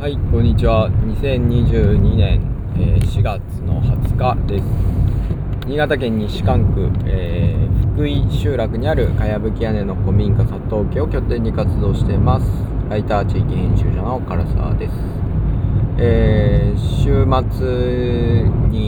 はい、こんにちは。2022年4月の20日です。新潟県西蒲区、福井集落にあるかやぶき屋根の古民家佐藤家を拠点に活動しています。ライター地域編集者の唐沢です。週末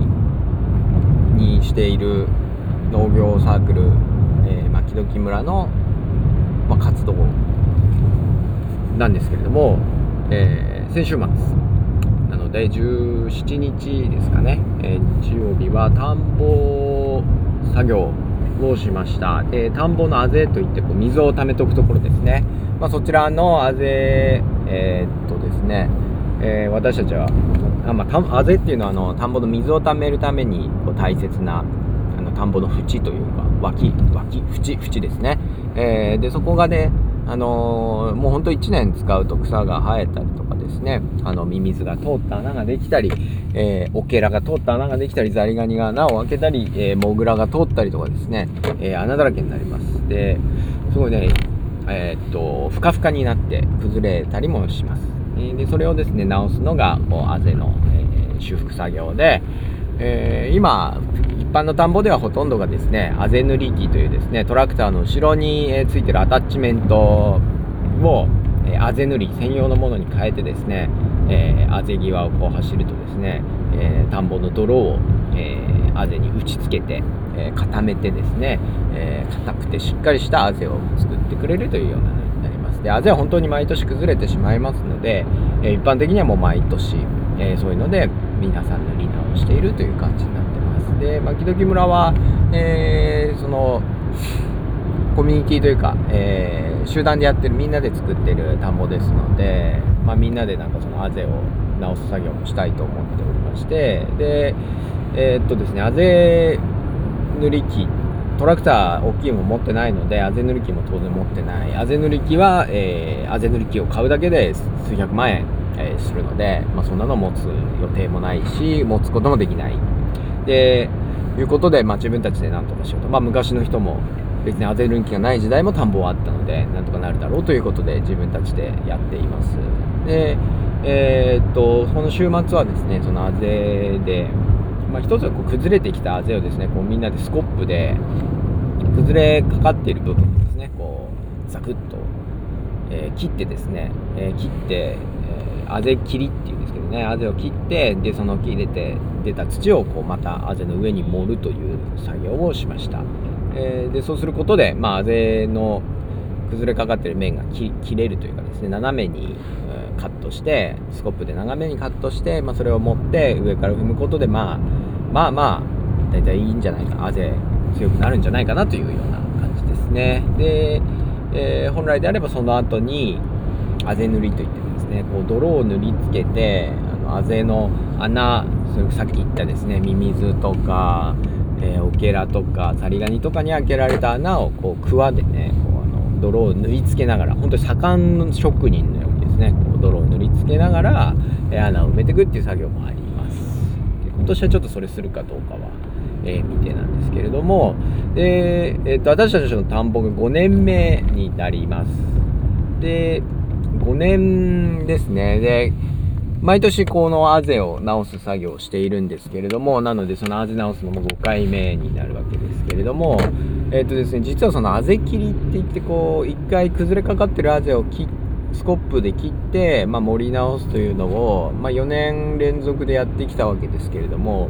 にしている農業サークル、牧時村の、活動なんですけれども、先週末なので17日ですかね、日曜日は田んぼ作業をしました。田んぼのあぜといって水を溜めとくところですね。そちらのあぜですね、私たちはあぜっていうのは田んぼの水を溜めるために大切な田んぼの縁というか縁ですね。でそこがねもうほんと1年使うと草が生えたりとかですね、ミミズが通った穴ができたり、オケラが通った穴ができたり、ザリガニが穴を開けたり、モグラが通ったりとかですね、穴だらけになります。ですごいね、ふかふかになって崩れたりもします。でそれをですね直すのがあぜの、修復作業で、今一般の田んぼではほとんどがですねあぜ塗り機というですねトラクターの後ろについてるアタッチメントをあぜ塗り専用のものに変えてですね、あぜ際を走るとですね、田んぼの泥を、あぜに打ち付けて、固めてですね、硬くてしっかりしたあぜを作ってくれるというようなのになります。であぜは本当に毎年崩れてしまいますので、一般的にはもう毎年、そういうので皆さん塗り直しているという感じになってます。で牧時村は、そのコミュニティというか、集団でやってるみんなで作ってる田んぼですので、みんなでそのあぜを直す作業もしたいと思っておりまして、でですねあぜ塗り機トラクター大きいも持ってないのであぜ塗り機も当然持ってない。あぜ塗り機は、あぜ塗り機を買うだけで数百万円、するので、そんなの持つ予定もないし持つこともできないでいうことで、自分たちで何とかしようと、昔の人も別にあぜ塗り機がない時代も田んぼはあったのでなんとかなるだろうということで自分たちでやっています。でこの週末はですねそのあぜで、一つは崩れてきたあぜをですねみんなでスコップで崩れかかっている部分ですねザクッと、切ってですね、あぜ切りっていうんですけどね、あぜを切ってでその切れて出た土をまたあぜの上に盛るという作業をしました。でそうすることで、あぜの崩れかかっている面が切れるというかですね斜めに、カットしてスコップで斜めにカットして、それを持って上から踏むことでだいたいいいんじゃないか、あぜ強くなるんじゃないかなというような感じですね。で、本来であればその後にあぜ塗りといってですね泥を塗りつけてあぜの穴、それさっき言ったですねミミズとかオケラとかザリガニとかに開けられた穴をくわでね泥を塗りつけながら、本当に左官職人のようにですね泥を塗りつけながら穴を埋めていくっていう作業もあります。で今年はちょっとそれするかどうかは、未定なんですけれども、で、私たちの田んぼが5年目になります。で5年ですね。で毎年このあぜを直す作業をしているんですけれども、なのでそのあぜ直すのも5回目になるわけですけれども、ですね、実はそのあぜ切りって言って1回崩れかかってるあぜをスコップで切って、盛り直すというのを、4年連続でやってきたわけですけれども、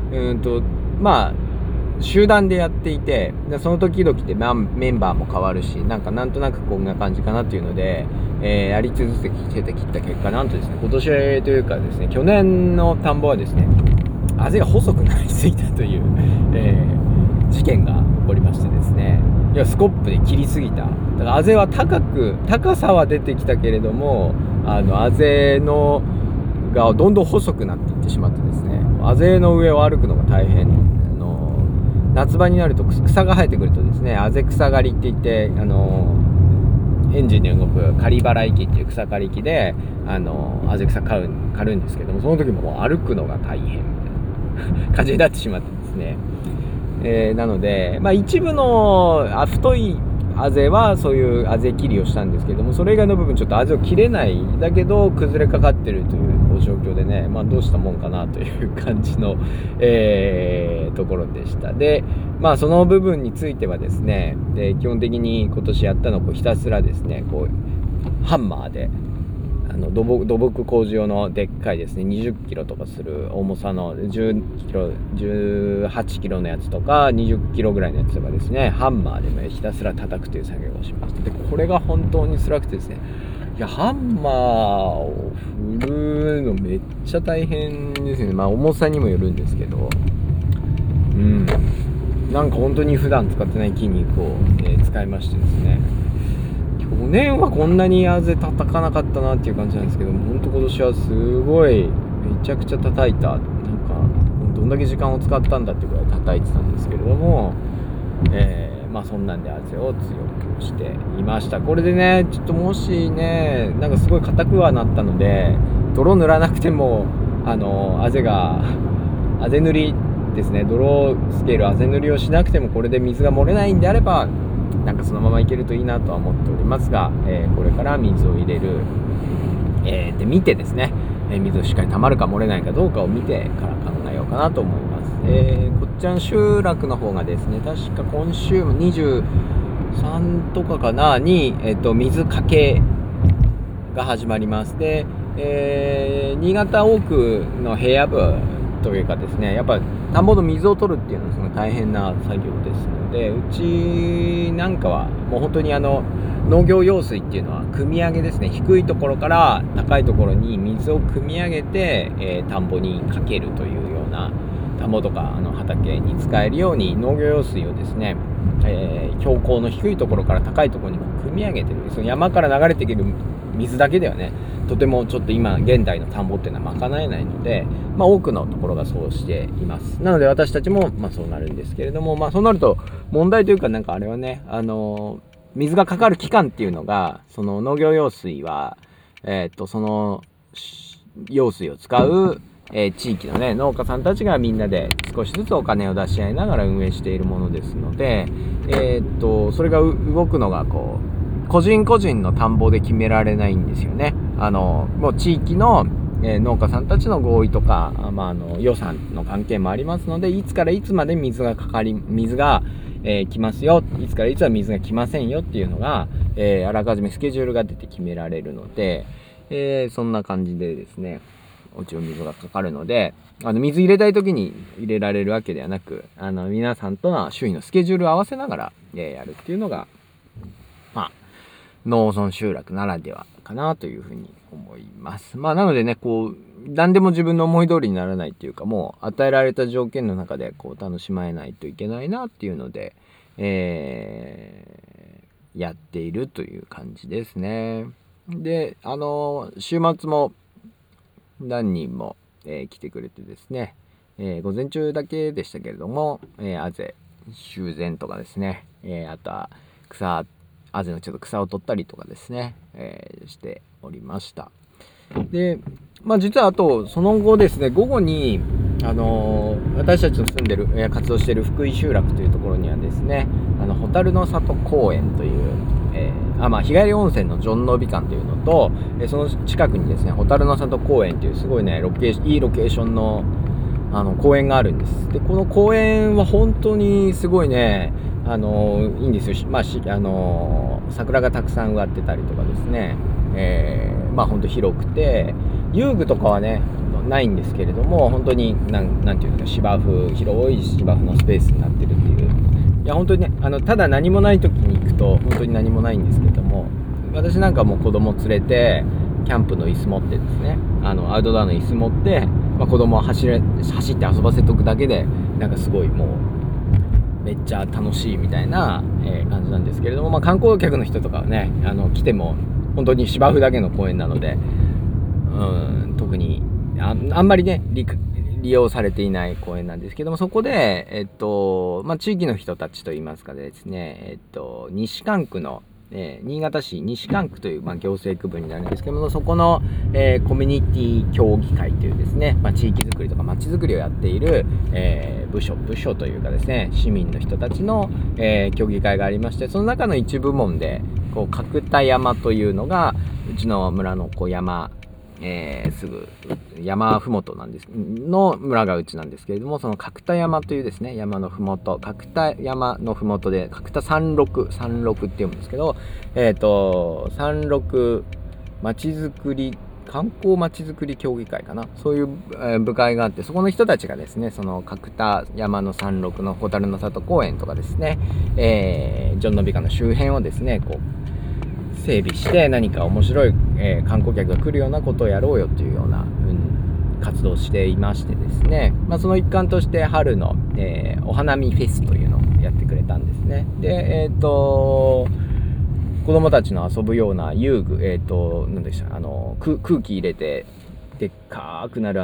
集団でやっていて、その時々で、メンバーも変わるしなんとなくこんな感じかなっていうので、やり続けてきた結果、なんとですね今年というかですね去年の田んぼはですねあぜが細くなりすぎたという、事件が起こりましてですね、スコップで切りすぎた。だからあぜは高さは出てきたけれどもあぜのがどんどん細くなっていってしまってですねあぜの上を歩くのが大変。夏場になると草が生えてくるとですねあぜ草刈りって言ってエンジンで動く刈り払い機っていう草刈り機であぜ草刈るんですけども、その時も歩くのが大変みたいな感じになってしまってですね、なので、一部の太いあぜはそういうあぜ切りをしたんですけども、それ以外の部分ちょっとあぜを切れないだけど崩れかかってるという状況でね、どうしたもんかなという感じの、ところでした。でその部分についてはですね、基本的に今年やったのをひたすらですねハンマーで土木工事用のでっかいですね20キロとかする重さの10キロ18キロのやつとか20キロぐらいのやつとかですね、ハンマーでねひたすら叩くという作業をしました。でこれが本当に辛くてですね、ハンマーを振るのめっちゃ大変ですよね。重さにもよるんですけど、なんか本当に普段使ってない筋肉を、使いましてですね、去年はこんなにあぜ叩かなかったなっていう感じなんですけども、本当今年はすごいめちゃくちゃ叩いた。なんかどんだけ時間を使ったんだっていうぐらい叩いてたんですけれども、そんなんであぜを強くしていました。これでねちょっともしねなんかすごい硬くはなったので、泥塗らなくてもあぜ塗りですね、泥つけるあぜ塗りをしなくてもこれで水が漏れないんであればなんかそのままいけるといいなとは思っておりますが、これから水を入れる、で見てですね、水をしっかり溜まるか漏れないかどうかを見てから考えようかなと思います。こちらの集落の方がですね、確か今週23とかかなに、水かけが始まります。で、新潟多くの平野部というかですね、やっぱ田んぼの水を取るっていうのはすごい大変な作業ですので、うちなんかはもう本当に農業用水っていうのは汲み上げですね、低いところから高いところに水を汲み上げて、田んぼにかけるというような、田んぼとか畑に使えるように農業用水をですね、標高の低いところから高いところに汲み上げてる。その山から流れてくる水だけではね、とてもちょっと今現代の田んぼっていうのは賄えないので、多くのところがそうしています。なので私たちもそうなるんですけれども、そうなると問題というか、なんかあれはね、水がかかる期間っていうのが、その農業用水はその用水を使う地域のね農家さんたちがみんなで少しずつお金を出し合いながら運営しているものですので、それが動くのが個人個人の田んぼで決められないんですよね。もう地域の、農家さんたちの合意とか、予算の関係もありますので、いつからいつまで水が来ますよ、いつからいつは水が来ませんよっていうのが、あらかじめスケジュールが出て決められるので、そんな感じでですね、おちお水がかかるので、水入れたい時に入れられるわけではなく、皆さんとの周囲のスケジュールを合わせながら、やるっていうのが農村集落ならではかなというふうに思います。なのでね、何でも自分の思い通りにならないっていうか、もう与えられた条件の中で楽しまえないといけないなっていうので、やっているという感じですね。で、週末も何人も、来てくれてですね、午前中だけでしたけれども、あぜ修繕とかですね、あとはあぜのちょっと草を取ったりとかですね、しておりました。で、実はあとその後ですね、午後に私たちの住んでる、活動している福井集落というところにはですね、蛍の里公園という、日帰り温泉のジョンノビ館というのと、その近くにですね、蛍の里公園というすごいねいいロケーションの公園があるんです。でこの公園は本当にすごいね、いいんですよ。桜がたくさん植わってたりとかですね、本当広くて、遊具とかはねないんですけれども、本当になんていうのか、広い芝生のスペースになってるっていう。いや本当にね、ただ何もない時に行くと本当に何もないんですけども、私なんかもう子供連れてキャンプの椅子持ってですね、アウトドアの椅子持って、子供を走って遊ばせておくだけで、なんかすごいもうめっちゃ楽しいみたいな、感じなんですけれども、観光客の人とかはね来ても本当に芝生だけの公園なので、特にあんまりね利用されていない公園なんですけども、そこで地域の人たちといいますかですね、西関区の新潟市西蒲区という、行政区分になるんですけども、そこの、コミュニティ協議会というですね、地域づくりとか町づくりをやっている、部署というかですね、市民の人たちの、協議会がありまして、その中の一部門で角田山というのがうちの村の山、すぐ山ふもとなんですの村がうちなんですけれども、その角田山というですね、山のふもと、角田山のふもとで角田山麓って読むんですけど、山麓町づくり観光まちづくり協議会かな、そういう、部会があって、そこの人たちがですね、その角田山の山麓の蛍の里公園とかですね、ジョンノビカの周辺をですね、整備して何か面白い、観光客が来るようなことをやろうよというような、活動をしていましてですね、その一環として春の、お花見フェスというのをやってくれたんですね。で、子供たちの遊ぶような遊具、何でした、空気入れてでっかくなる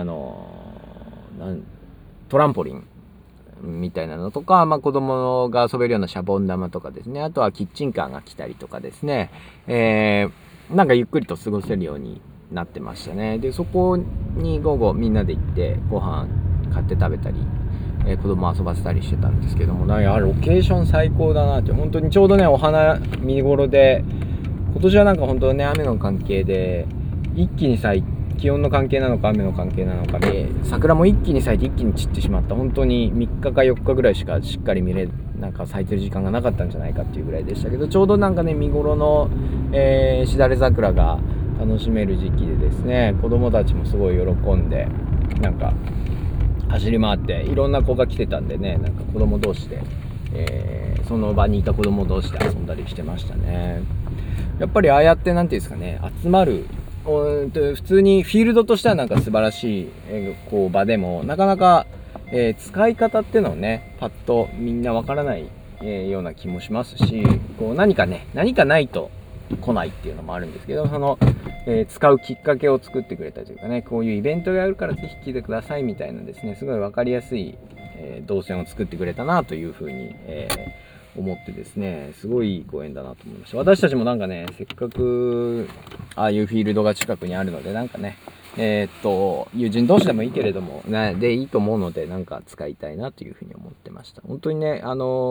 トランポリンみたいなのとか、子供が遊べるようなシャボン玉とかですね、あとはキッチンカーが来たりとかですね、なんかゆっくりと過ごせるようになってましたね。で、そこに午後みんなで行ってご飯買って食べたり、子供遊ばせたりしてたんですけども、ロケーション最高だなって。本当にちょうどね、お花見頃で、今年はなんか本当ね、雨の関係で一気に気温の関係なのか雨の関係なのかで、桜も一気に咲いて一気に散ってしまった。本当に3日か4日ぐらいしかしっかりなんか咲いてる時間がなかったんじゃないかっていうぐらいでしたけど、ちょうどなんかね、見頃の、しだれ桜が楽しめる時期でですね、子供たちもすごい喜んで、なんか走り回っていろんな子が来てたんでね、なんか子供同士で、その場にいた子供同士で遊んだりしてましたね。やっぱりああやってなんていうんですかね、集まる普通にフィールドとしてはなんか素晴らしい、場でもなかなか、使い方っていうのをね、パッとみんなわからない、ような気もしますし、何かないと来ないっていうのもあるんですけど、使うきっかけを作ってくれたというかね、こういうイベントがあるからぜひ来てくださいみたいなですね、すごいわかりやすい、動線を作ってくれたなというふうに、思ってですね、すごいいい公園だなと思いました。私たちもなんかね、せっかくああいうフィールドが近くにあるので、なんかね、友人同士でもいいけれども、ね、でいいと思うので、なんか使いたいなというふうに思ってました。本当にね、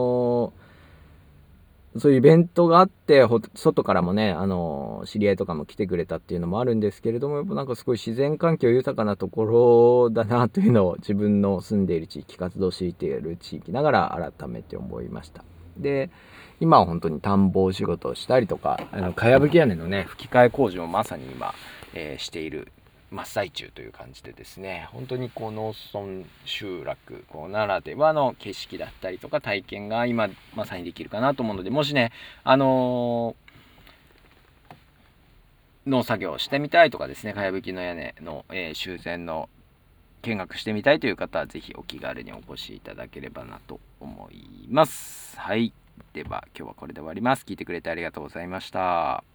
そういうイベントがあって、外からもね、知り合いとかも来てくれたっていうのもあるんですけれども、やっぱなんかすごい自然環境豊かなところだなというのを自分の住んでいる地域、活動している地域ながら改めて思いました。で、今は本当に田んぼ仕事をしたりとか、かやぶき屋根のね、吹き替え工事もまさに今、している真っ最中という感じでですね、本当に農村集落ならではの景色だったりとか体験が今まさにできるかなと思うので、もしね、農作業をしてみたいとかですね、かやぶきの屋根の、修繕の見学してみたいという方はぜひお気軽にお越しいただければなと思います。はい、では今日はこれで終わります。聞いてくれてありがとうございました。